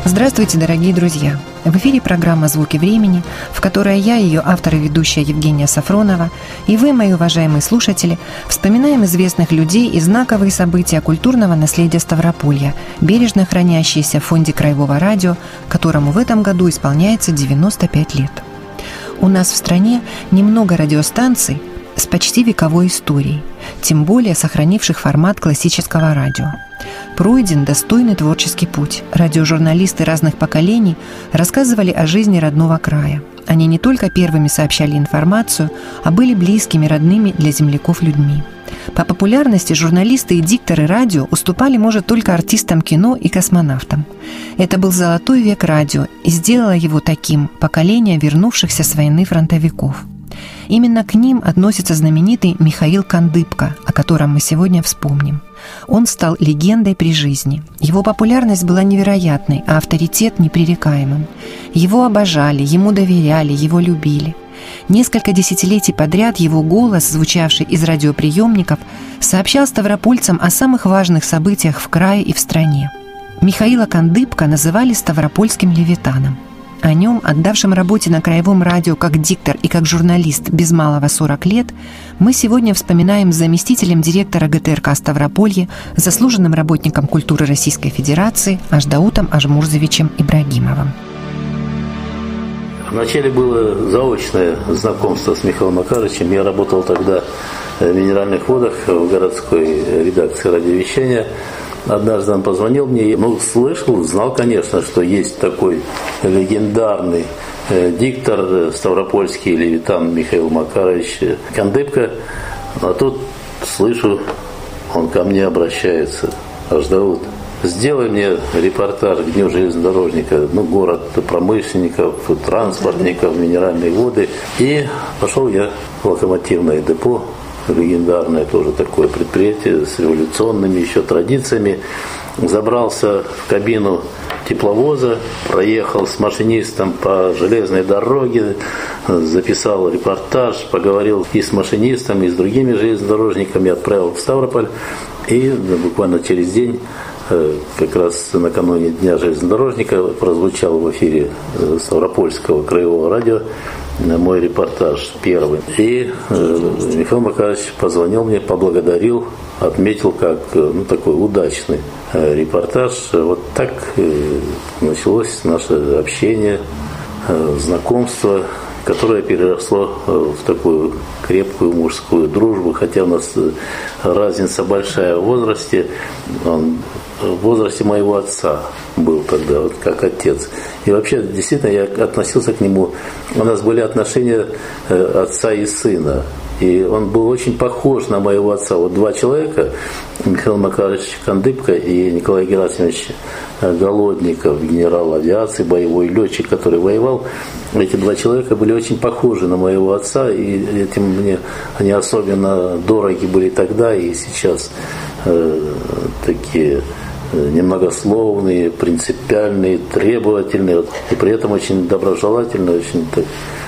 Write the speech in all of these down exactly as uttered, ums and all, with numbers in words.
Здравствуйте, дорогие друзья! В эфире программа «Звуки времени», в которой я, ее автор и ведущая Евгения Сафронова, и вы, мои уважаемые слушатели, вспоминаем известных людей и знаковые события культурного наследия Ставрополья, бережно хранящиеся в фонде Краевого радио, которому в этом году исполняется девяносто пять лет. У нас в стране немного радиостанций с почти вековой историей, тем более сохранивших формат классического радио. Пройден достойный творческий путь. Радиожурналисты разных поколений рассказывали о жизни родного края. Они не только первыми сообщали информацию, а были близкими, родными для земляков людьми. По популярности журналисты и дикторы радио уступали, может, только артистам кино и космонавтам. Это был золотой век радио, и сделало его таким поколение вернувшихся с войны фронтовиков. Именно к ним относится знаменитый Михаил Кандыбко, о котором мы сегодня вспомним. Он стал легендой при жизни. Его популярность была невероятной, а авторитет непререкаемым. Его обожали, ему доверяли, его любили. Несколько десятилетий подряд его голос, звучавший из радиоприемников, сообщал ставропольцам о самых важных событиях в крае и в стране. Михаила Кандыбко называли ставропольским левитаном. О нем, отдавшем работе на Краевом радио как диктор и как журналист без малого сорок лет, мы сегодня вспоминаем с заместителем директора ГТРК Ставрополье, заслуженным работником культуры Российской Федерации Аждаутом Ажмурзовичем Ибрагимовым. Вначале было заочное знакомство с Михаилом Макаровичем. Я работал тогда в Минеральных водах в городской редакции радиовещания. Однажды он позвонил мне, ну, слышал, знал, конечно, что есть такой легендарный э, диктор ставропольский левитан Михаил Макарович Кандыбко. А тут слышу, он ко мне обращается: Аждаут, сделай мне репортаж к Дню железнодорожника, ну, город промышленников, транспортников, минеральные воды. И пошел я в локомотивное депо, легендарное тоже такое предприятие с революционными еще традициями. Забрался в кабину тепловоза, проехал с машинистом по железной дороге, записал репортаж, поговорил и с машинистом, и с другими железнодорожниками, отправил в Ставрополь. И буквально через день, как раз накануне Дня железнодорожника, прозвучал в эфире Ставропольского краевого радио мой репортаж первый. И э, Михаил Макарович позвонил мне, поблагодарил, отметил как ну, такой удачный э, репортаж. Вот так э, началось наше общение, э, знакомство, которое переросло э, в такую крепкую мужскую дружбу, хотя у нас э, разница большая в возрасте. Он в возрасте моего отца был тогда, вот как отец. И вообще, действительно, я относился к нему, у нас были отношения э, отца и сына. И он был очень похож на моего отца. Вот два человека, Михаил Макарович Кандыбко и Николай Герасимович Голодников, генерал авиации, боевой летчик, который воевал. Эти два человека были очень похожи на моего отца, и этим мне они особенно дороги были тогда и сейчас. Э, такие немногословные, принципиальные, требовательные, и при этом очень доброжелательно, очень так,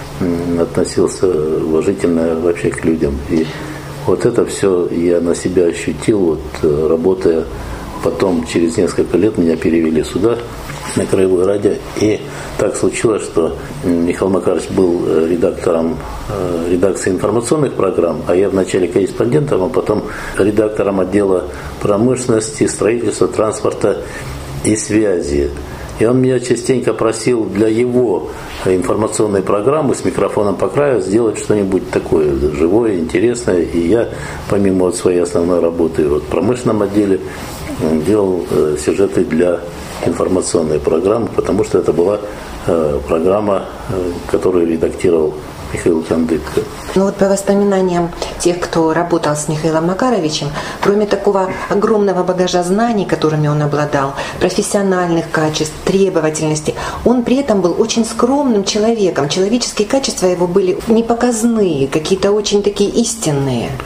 относился уважительно вообще к людям. И вот это все я на себя ощутил, вот, работая. Потом, через несколько лет, меня перевели сюда, на Краевое радио, и так случилось, что Михаил Макарович был редактором э, редакции информационных программ, а я вначале корреспондентом, а потом редактором отдела промышленности, строительства, транспорта и связи. И он меня частенько просил для его информационной программы с микрофоном по краю сделать что-нибудь такое живое, интересное. И я, помимо вот своей основной работы вот в промышленном отделе, делал э, сюжеты для информационной программы, потому что это была э, программа, э, которую редактировал Михаил Кандыбко. Ну вот по воспоминаниям тех, кто работал с Михаилом Макаровичем, кроме такого огромного багажа знаний, которыми он обладал, профессиональных качеств, требовательности, он при этом был очень скромным человеком. Человеческие качества его были непоказные, какие-то очень такие истинные.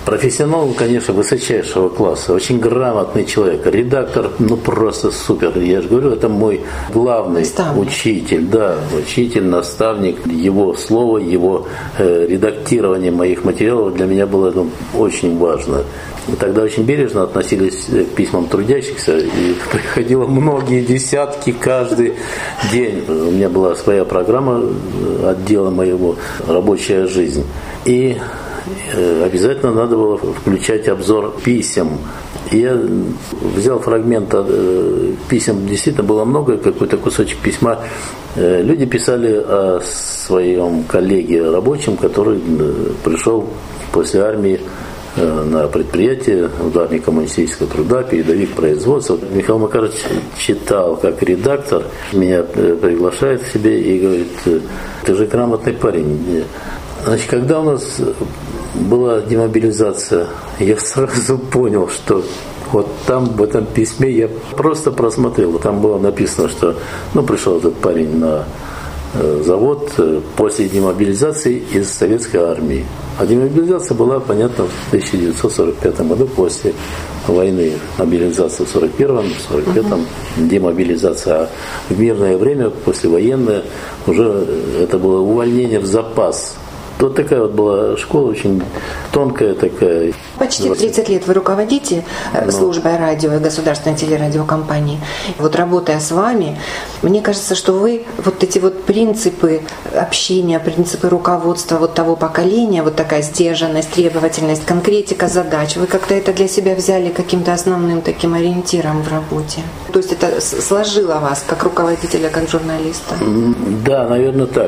Профессионал, конечно, высочайшего класса, очень грамотный человек, редактор, ну просто супер. Я же говорю, это мой главный наставник. Учитель, да, учитель, наставник. Его слово, его э, редактирование моих материалов для меня было ну, очень важно. Тогда очень бережно относились к письмам трудящихся, и приходило многие десятки каждый день. У меня была своя программа отдела моего «Рабочая жизнь». И обязательно надо было включать обзор писем. Я взял фрагмент писем, действительно было много, какой-то кусочек письма. Люди писали о своем коллеге рабочем, который пришел после армии на предприятие, ударник коммунистического труда, передовик производства. Михаил Макарович читал как редактор, меня приглашает к себе и говорит: ты же грамотный парень. Значит, когда у нас была демобилизация, я сразу понял, что вот там, в этом письме, я просто просмотрел, там было написано, что ну, пришел этот парень на завод после демобилизации из советской армии. А демобилизация была, понятно, в тысяча девятьсот сорок пятом году, после войны. Мобилизация в сорок первом, в сорок пятом, uh-huh. демобилизация. А в мирное время, послевоенное, уже это было увольнение в запас. Вот такая вот была школа, очень тонкая такая. Почти тридцать лет вы руководите ну. службой радио и государственной телерадиокомпании. Вот работая с вами, мне кажется, что вы вот эти вот принципы общения, принципы руководства вот того поколения, вот такая сдержанность, требовательность, конкретика задач, вы как-то это для себя взяли каким-то основным таким ориентиром в работе. То есть это сложило вас как руководителя, как журналиста? Да, наверное, так.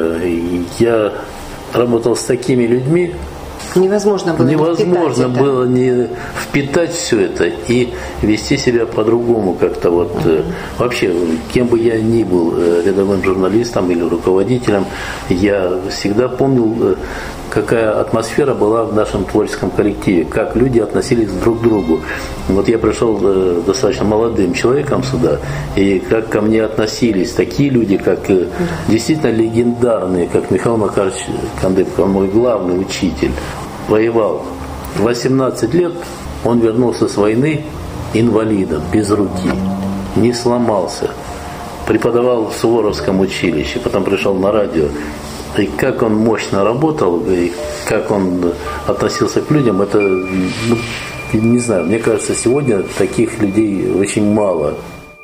Я работал с такими людьми, невозможно было невозможно не было не впитать все это и вести себя по-другому как-то вот uh-huh. вообще, кем бы я ни был, рядовым журналистом или руководителем, я всегда помнил, какая атмосфера была в нашем творческом коллективе, как люди относились друг к другу. Вот я пришел достаточно молодым человеком сюда, и как ко мне относились такие люди, как действительно легендарные, как Михаил Макарович Кандыбка, мой главный учитель, воевал. В восемнадцать лет он вернулся с войны инвалидом, без руки, не сломался. Преподавал в Суворовском училище, потом пришел на радио. И как он мощно работал, и как он относился к людям, это, ну, не знаю, мне кажется, сегодня таких людей очень мало.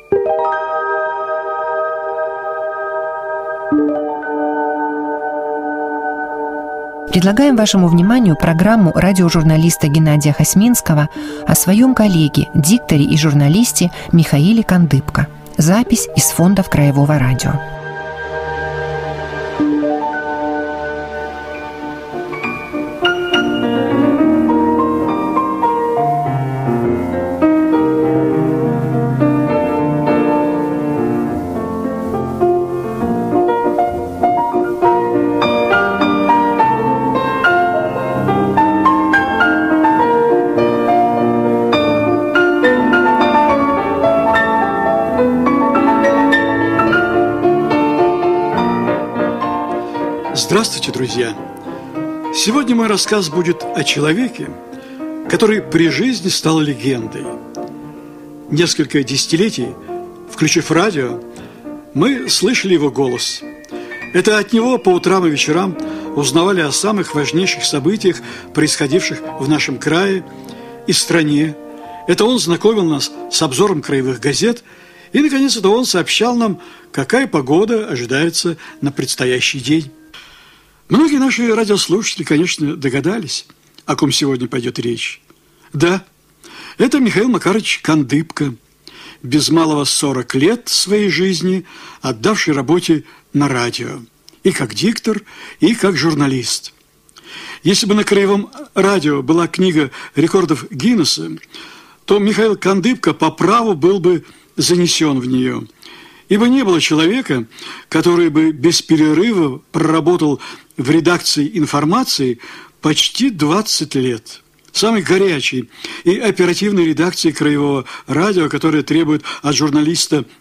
Предлагаем вашему вниманию программу радиожурналиста Геннадия Хосминского о своем коллеге, дикторе и журналисте Михаиле Кандыбка. Запись из фондов Краевого радио. Здравствуйте, друзья! Сегодня мой рассказ будет о человеке, который при жизни стал легендой. Несколько десятилетий, включив радио, мы слышали его голос. Это от него по утрам и вечерам узнавали о самых важнейших событиях, происходивших в нашем крае и стране. Это он знакомил нас с обзором краевых газет, и, наконец, это он сообщал нам, какая погода ожидается на предстоящий день. Многие наши радиослушатели, конечно, догадались, о ком сегодня пойдет речь. Да, это Михаил Макарович Кандыбка, без малого сорок лет своей жизни отдавший работе на радио, и как диктор, и как журналист. Если бы на Краевом радио была книга рекордов Гиннесса, то Михаил Кандыбка по праву был бы занесен в нее. Ибо не было человека, который бы без перерыва проработал в редакции информации почти двадцать лет. Самой горячей и оперативной редакции Краевого радио, которая требует от журналиста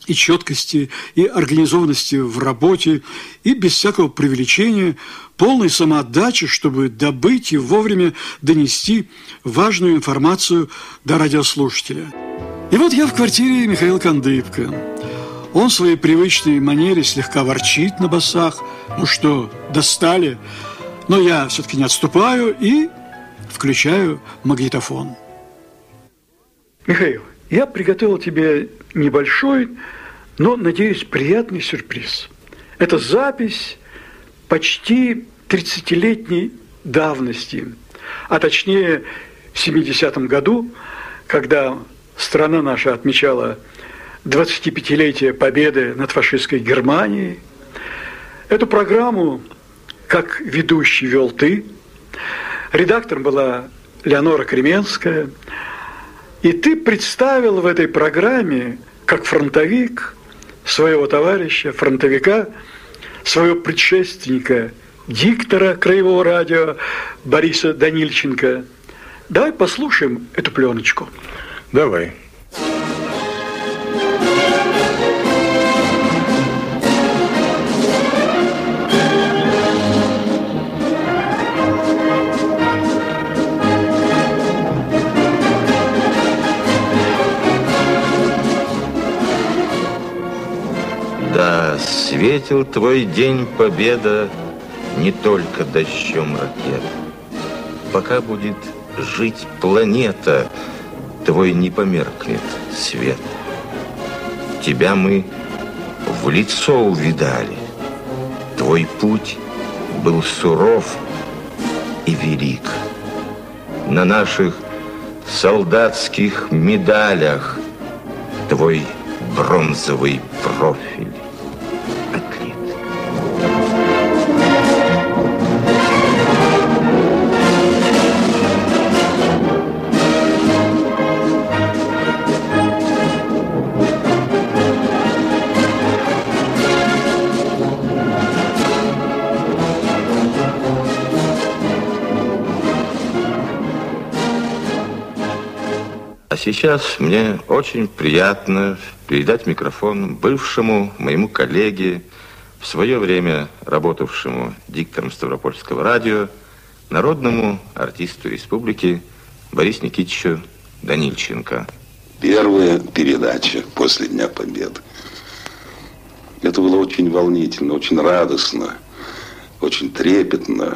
и четкости, и организованности в работе, и без всякого преувеличения, полной самоотдачи, чтобы добыть и вовремя донести важную информацию до радиослушателя. И вот я в квартире Михаила Кандыбко. Он в своей привычной манере слегка ворчит на басах. Ну что, достали? Но я все-таки не отступаю и включаю магнитофон. Михаил, я приготовил тебе небольшой, но, надеюсь, приятный сюрприз. Это запись почти тридцатилетней давности, а точнее в семидесятом году, когда страна наша отмечала двадцатипятилетие победы над фашистской Германией. Эту программу, как ведущий, вел ты. Редактором была Леонора Кременская. И ты представил в этой программе, как фронтовик, своего товарища, фронтовика, своего предшественника, диктора Краевого радио Бориса Данильченко. Давай послушаем эту пленочку. Давай. Да, светил твой день победа не только дождем ракет. Пока будет жить планета, твой не померкнет свет. Тебя мы в лицо увидали. Твой путь был суров и велик. На наших солдатских медалях твой бронзовый профиль отлит. А сейчас мне очень приятно передать микрофон бывшему моему коллеге, в свое время работавшему диктором Ставропольского радио, народному артисту республики Борису Никитичу Данильченко. Первая передача после Дня Победы. Это было очень волнительно, очень радостно, очень трепетно.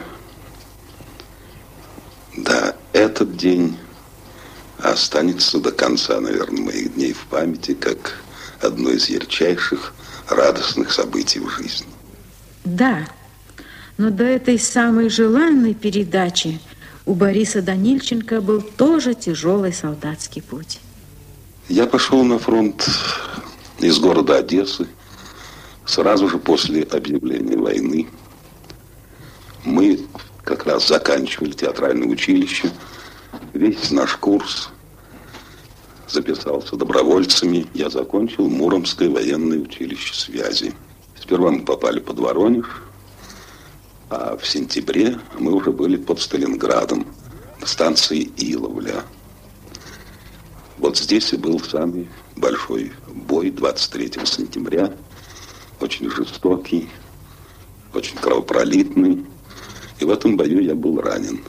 Да, этот день останется до конца, наверное, моих дней в памяти, как одно из ярчайших радостных событий в жизни. Да, но до этой самой желанной передачи у Бориса Данильченко был тоже тяжелый солдатский путь. Я пошел на фронт из города Одессы сразу же после объявления войны. Мы как раз заканчивали театральное училище. Весь наш курс записался добровольцами. Я закончил Муромское военное училище связи. Сперва мы попали под Воронеж, а в сентябре мы уже были под Сталинградом, на станции Иловля. Вот здесь и был самый большой бой двадцать третьего сентября. Очень жестокий, очень кровопролитный. И в этом бою я был ранен.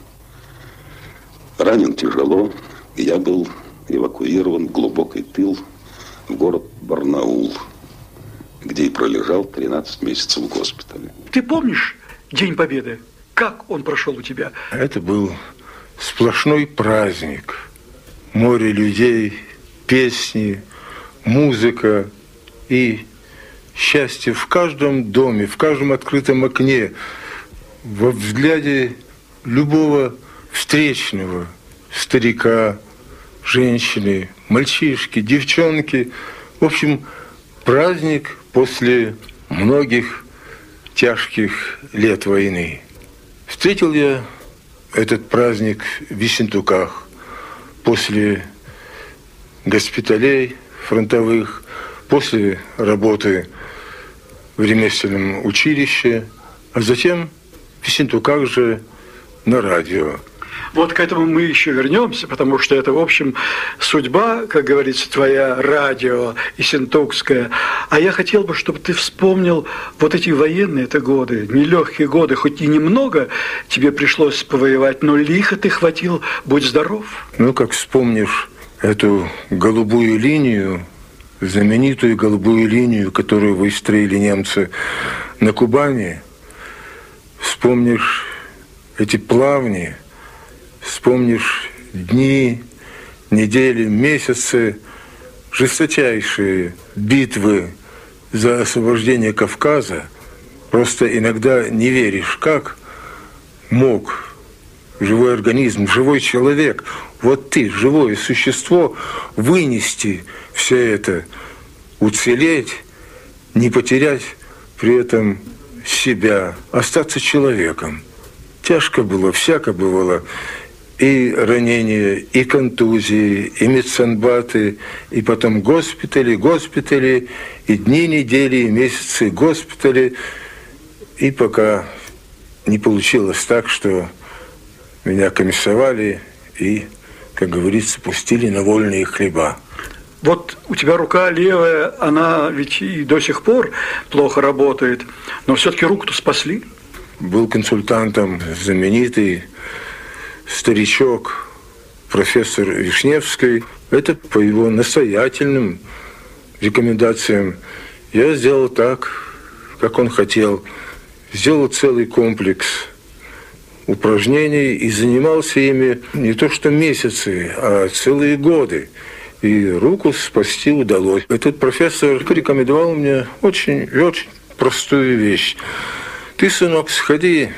Ранен тяжело, и я был эвакуирован в глубокий тыл в город Барнаул, где и пролежал тринадцать месяцев в госпитале. Ты помнишь День Победы? Как он прошел у тебя? Это был сплошной праздник. Море людей, песни, музыка и счастье в каждом доме, в каждом открытом окне, во взгляде любого встречного, старика, женщины, мальчишки, девчонки. В общем, праздник после многих тяжких лет войны. Встретил я этот праздник в Ессентуках после госпиталей фронтовых, после работы в ремесленном училище, а затем в Ессентуках же на радио. Вот к этому мы еще вернемся, потому что это, в общем, судьба, как говорится, твоя радио ессентукская. А я хотел бы, чтобы ты вспомнил вот эти военные-то годы, нелегкие годы, хоть и немного тебе пришлось повоевать, но лихо ты хватил, будь здоров. Ну, как вспомнишь эту голубую линию, знаменитую голубую линию, которую выстроили немцы на Кубани, вспомнишь эти плавни, вспомнишь дни, недели, месяцы, жесточайшие битвы за освобождение Кавказа, просто иногда не веришь, как мог живой организм, живой человек, вот ты, живое существо, вынести все это, уцелеть, не потерять при этом себя, остаться человеком. Тяжко было, всяко бывало. И ранения, и контузии, и медсанбаты, и потом госпитали, госпитали, и дни, недели, и месяцы госпитали. И пока не получилось так, что меня комиссовали и, как говорится, пустили на вольные хлеба. Вот у тебя рука левая, она ведь и до сих пор плохо работает, но все-таки руку-то спасли. Был консультантом знаменитый старичок, профессор Вишневский. Это по его настоятельным рекомендациям. Я сделал так, как он хотел. Сделал целый комплекс упражнений и занимался ими не то что месяцы, а целые годы. И руку спасти удалось. Этот профессор порекомендовал мне очень, очень простую вещь. Ты, сынок, сходи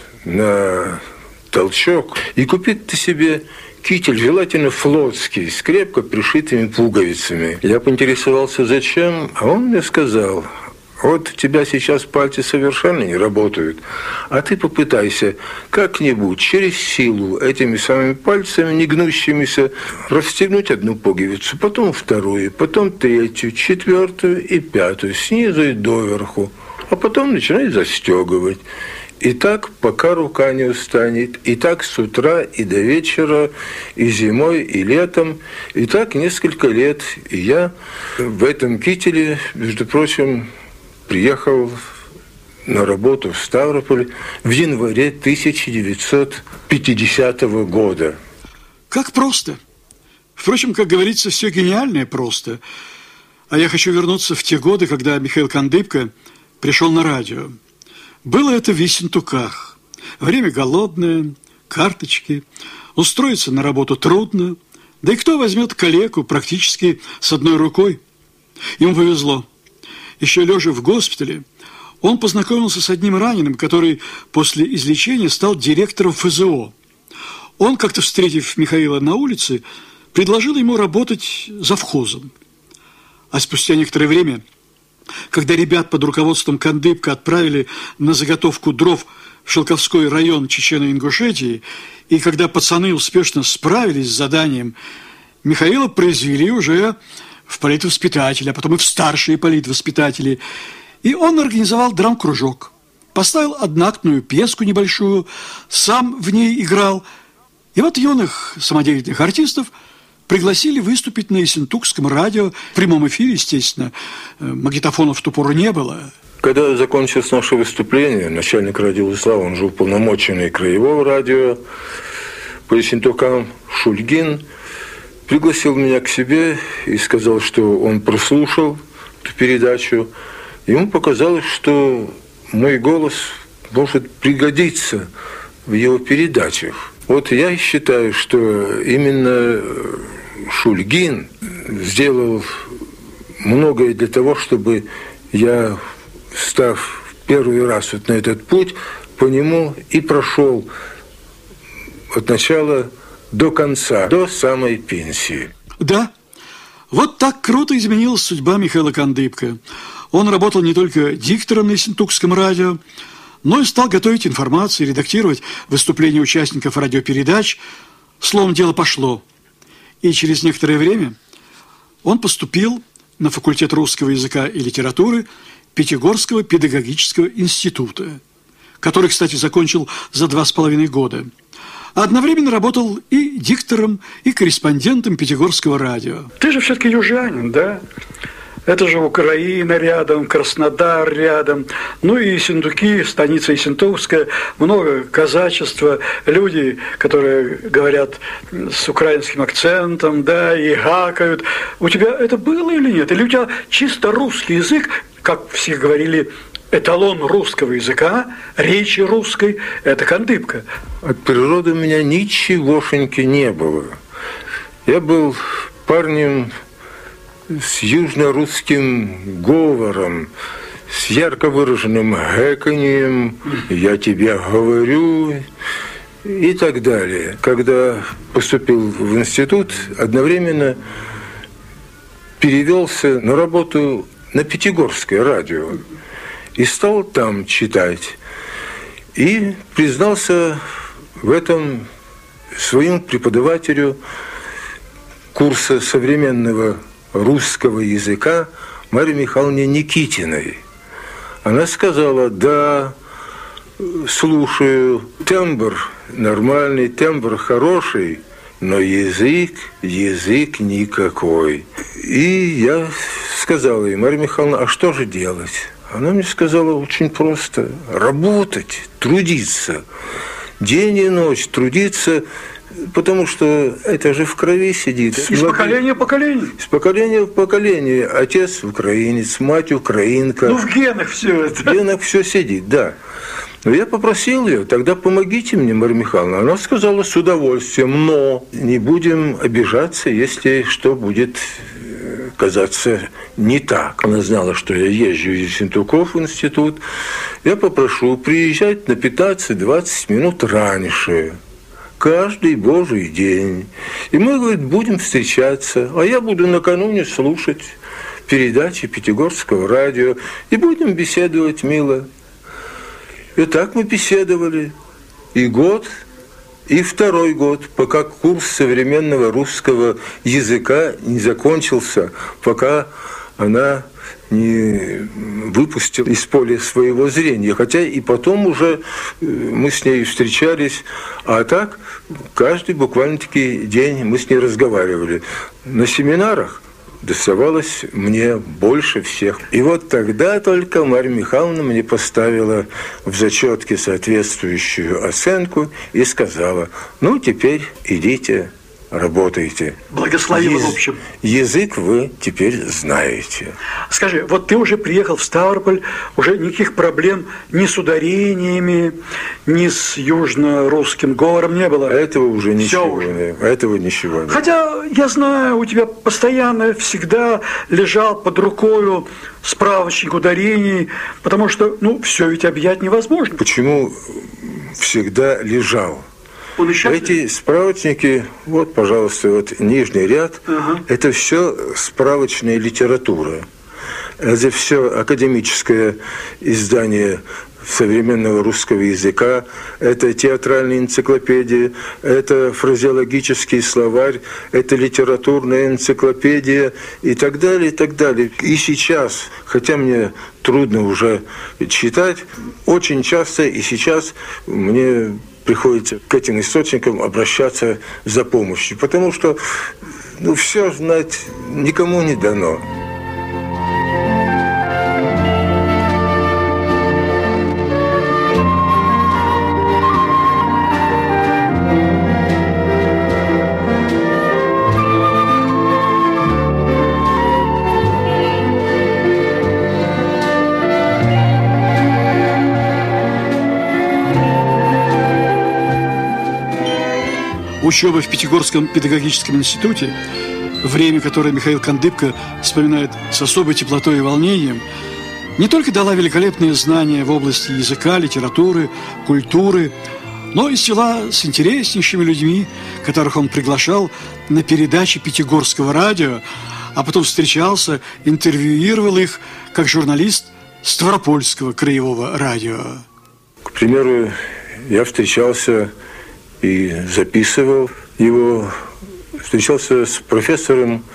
на толчок и купи ты себе китель, желательно флотский, с крепко пришитыми пуговицами. Я поинтересовался, зачем, а он мне сказал: вот у тебя сейчас пальцы совершенно не работают, а ты попытайся как-нибудь через силу этими самыми пальцами, не гнущимися, расстегнуть одну пуговицу, потом вторую, потом третью, четвертую и пятую, снизу и доверху, а потом начинай застегивать. И так, пока рука не устанет, и так с утра и до вечера, и зимой, и летом, и так несколько лет. И я в этом кителе, между прочим, приехал на работу в Ставрополь в январе тысяча девятьсот пятидесятого года. Как просто. Впрочем, как говорится, все гениальное просто. А я хочу вернуться в те годы, когда Михаил Кандыбко пришел на радио. Было это в Ессентуках. Время голодное, карточки, устроиться на работу трудно. Да и кто возьмет калеку практически с одной рукой? Ему повезло. Еще лежа в госпитале, он познакомился с одним раненым, который после излечения стал директором эф зэ о. Он, как-то встретив Михаила на улице, предложил ему работать завхозом. А спустя некоторое время, когда ребят под руководством Кандыбко отправили на заготовку дров в Шелковской район Чечено-Ингушетии, и когда пацаны успешно справились с заданием, Михаила произвели уже в политвоспитателя, а потом и в старшие политвоспитатели. И он организовал драм-кружок, поставил одноактную пьеску небольшую, сам в ней играл. И вот юных самодеятельных артистов пригласили выступить на Ессентукском радио, в прямом эфире, естественно. Магнитофонов в ту пору не было. Когда закончилось наше выступление, начальник радио «Слава», он же уполномоченный краевого радио по Ессентукам, Шульгин, пригласил меня к себе и сказал, что он прослушал эту передачу. Ему показалось, что мой голос может пригодиться в его передачах. Вот я считаю, что именно Шульгин сделал многое для того, чтобы я, став первый раз вот на этот путь, по нему и прошел от начала до конца, до самой пенсии. Да, вот так круто изменилась судьба Михаила Кандыбко. Он работал не только диктором на Ессентукском радио, но и стал готовить информацию, редактировать выступления участников радиопередач. Словом, дело пошло. И через некоторое время он поступил на факультет русского языка и литературы Пятигорского педагогического института, который, кстати, закончил за два с половиной года. Одновременно работал и диктором, и корреспондентом Пятигорского радио. Ты же все-таки южанин, да? Это же Украина рядом, Краснодар рядом, ну и Ессентуки, станица Ессентукская, много казачества, люди, которые говорят с украинским акцентом, да, и гакают. У тебя это было или нет? Или у тебя чисто русский язык, как все говорили, эталон русского языка, речи русской – это Кандыбка? От природы у меня ничегошеньки не было. Я был парнем с южно-русским говором, с ярко выраженным гэканьем, «я тебе говорю» и так далее. Когда поступил в институт, одновременно перевелся на работу на Пятигорское радио и стал там читать. И признался в этом своему преподавателю курса современного русского языка Марии Михайловне Никитиной. Она сказала: да, слушаю, тембр нормальный, тембр хороший, но язык, язык никакой. И я сказал ей: Мария Михайловна, а что же делать? Она мне сказала очень просто: работать, трудиться, день и ночь трудиться. Потому что это же в крови сидит. Из поколения в поколение. Из поколения в поколение. Отец украинец, мать украинка. Ну, в генах все это. В генах все сидит, да. Но я попросил ее: тогда помогите мне, Мария Михайловна. Она сказала: с удовольствием, но не будем обижаться, если что будет казаться не так. Она знала, что я езжу из Ессентуков в институт. Я попрошу приезжать на пятнадцать-двадцать минут раньше. Каждый божий день. И мы, говорит, будем встречаться, а я буду накануне слушать передачи Пятигорского радио и будем беседовать мило. И так мы беседовали и год, и второй год, пока курс современного русского языка не закончился, пока она не выпустил из поля своего зрения. Хотя и потом уже мы с ней встречались, а так каждый буквально-таки день мы с ней разговаривали. На семинарах доставалось мне больше всех. И вот тогда только Марья Михайловна мне поставила в зачетке соответствующую оценку и сказала: ну, теперь идите, работайте. Благословила, Яз... в общем. Язык вы теперь знаете. Скажи, вот ты уже приехал в Ставрополь, уже никаких проблем ни с ударениями, ни с южно-русским говором не было? Этого уже ничего уже. не Этого ничего не Хотя, я знаю, у тебя постоянно всегда лежал под рукою справочник ударений, потому что, ну, все ведь объять невозможно. Почему всегда лежал? Еще... Эти справочники, вот, пожалуйста, вот нижний ряд, ага. Это все справочная литература. Это все академическое издание современного русского языка, это театральная энциклопедия, это фразеологический словарь, это литературная энциклопедия и так далее, и так далее. И сейчас, хотя мне трудно уже читать, очень часто и сейчас мне приходится к этим источникам обращаться за помощью, потому что, ну, все знать никому не дано. Учеба в Пятигорском педагогическом институте, время, которое Михаил Кандыбка вспоминает с особой теплотой и волнением, не только дала великолепные знания в области языка, литературы, культуры, но и свела с интереснейшими людьми, которых он приглашал на передачи Пятигорского радио, а потом встречался, интервьюировал их как журналист Ставропольского краевого радио. К примеру, я встречался и записывал его, встречался с профессором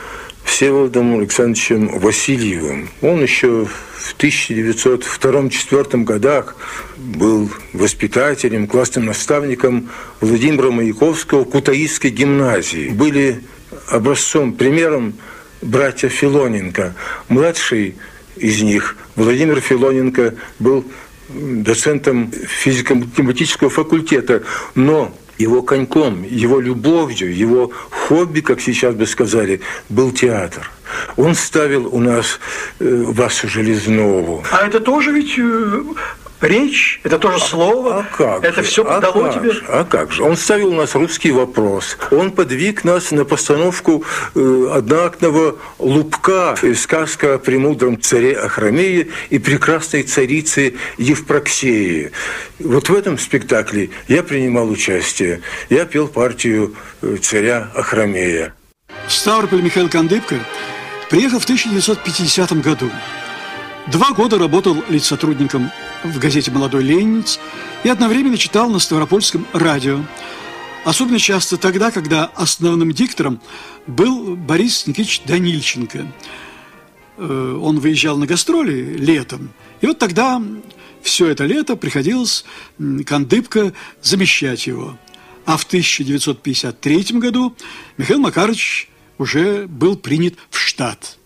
Всеволодом Александровичем Васильевым. Он еще в тысяча девятьсот втором — четвёртом годах был воспитателем, классным наставником Владимира Маяковского Кутаисской гимназии. Были образцом, примером братья Филоненко. Младший из них, Владимир Филоненко, был доцентом физико-математического факультета, но его коньком, его любовью, его хобби, как сейчас бы сказали, был театр. Он ставил у нас э, Васю Железнову. А это тоже ведь э, речь, это тоже слово. А как это же? все а дало как тебе? Же? А как же? Он ставил у нас русский вопрос. Он подвиг нас на постановку э, одноактного «Лубка», сказка о премудром царе Ахромее и прекрасной царице Евпроксии. Вот в этом спектакле я принимал участие. Я пел партию царя Ахромея. В Ставрополь Михаил Кандыбка приехал в тысяча девятьсот пятидесятом году. Два года работал литсотрудником в газете «Молодой ленинец» и одновременно читал на Ставропольском радио. Особенно часто тогда, когда основным диктором был Борис Никитич Данильченко. Он выезжал на гастроли летом, и вот тогда все это лето приходилось Кандыбка замещать его. А в тысяча девятьсот пятьдесят третьем году Михаил Макарович уже был принят в штат.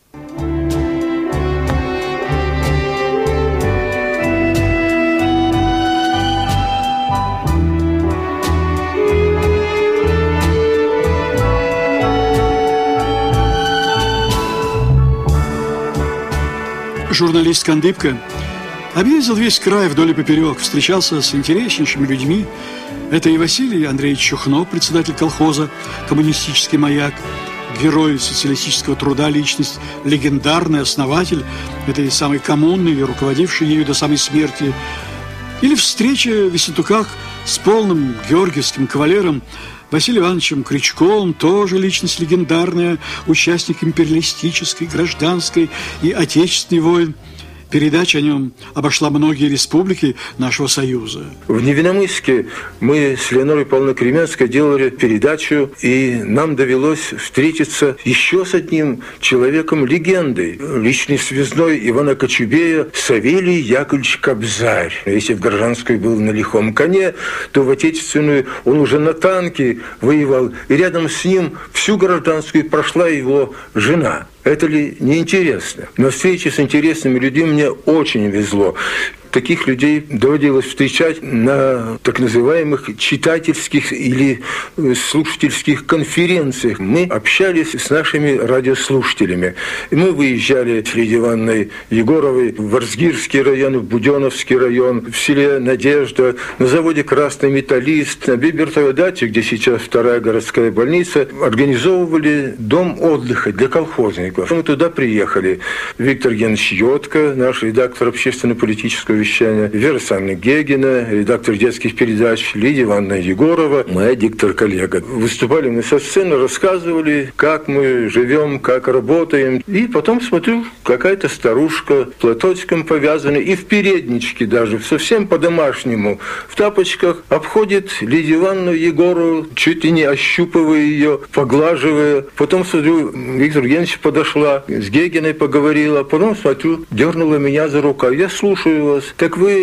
Журналист Кандыбка объездил весь край вдоль и поперек, встречался с интереснейшими людьми. Это и Василий Андреевич Чухно, председатель колхоза «Коммунистический маяк», герой социалистического труда, личность, легендарный основатель этой самой коммуны и руководивший ею до самой смерти. Или встреча в Ессентуках с полным георгиевским кавалером Василием Ивановичем Крючковым, тоже личность легендарная, участник империалистической, гражданской и отечественной войн. Передача о нем обошла многие республики нашего Союза. В Невиномысске мы с Леонорой Павловной Кременской делали передачу, и нам довелось встретиться еще с одним человеком-легендой. Личный связной Ивана Кочубея Савелий Яковлевич Кобзарь. Если в гражданской был на лихом коне, то в отечественную он уже на танке воевал. И рядом с ним всю гражданскую прошла его жена. Это ли не интересно? На встрече с интересными людьми мне очень везло. Таких людей доводилось встречать на так называемых читательских или слушательских конференциях. Мы общались с нашими радиослушателями. И мы выезжали с Лидией Ивановной Егоровой в Варзгирский район, в Буденновский район, в селе Надежда, на заводе «Красный металлист», на Бибертовой даче, где сейчас вторая городская больница, организовывали дом отдыха для колхозников. Мы туда приехали. Виктор Генович Йотко, наш редактор общественно-политического вещания, Вера Александровна Гегина, редактор детских передач, Лидия Ивановна Егорова, моя диктор-коллега. Выступали мы со сцены, рассказывали, как мы живем, как работаем. И потом смотрю, какая-то старушка платочком повязанная и в передничке даже, совсем по-домашнему, в тапочках, обходит Лидию Ивановну Егорову, чуть ли не ощупывая ее, поглаживая. Потом смотрю, Виктор Евгеньевич подошла, с Гегиной поговорила, потом смотрю, дернула меня за рукав. Я слушаю вас. Так вы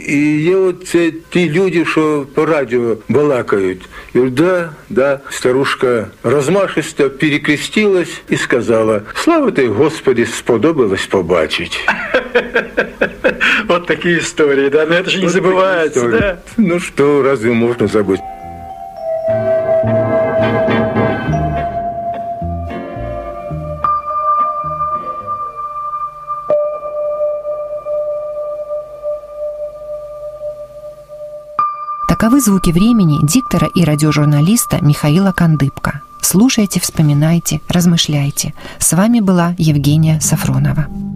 и є оце ті люди, що по радіо балакають. Я говорю, да, да. Старушка розмашисто перекрестилась і сказала, слава ти, Господи, сподобалось побачить. Вот такие истории, да? Но это же не забывается, да? Ну что, разве можно забыть? Таковы звуки времени диктора и радиожурналиста Михаила Кандыбка. Слушайте, вспоминайте, размышляйте. С вами была Евгения Сафронова.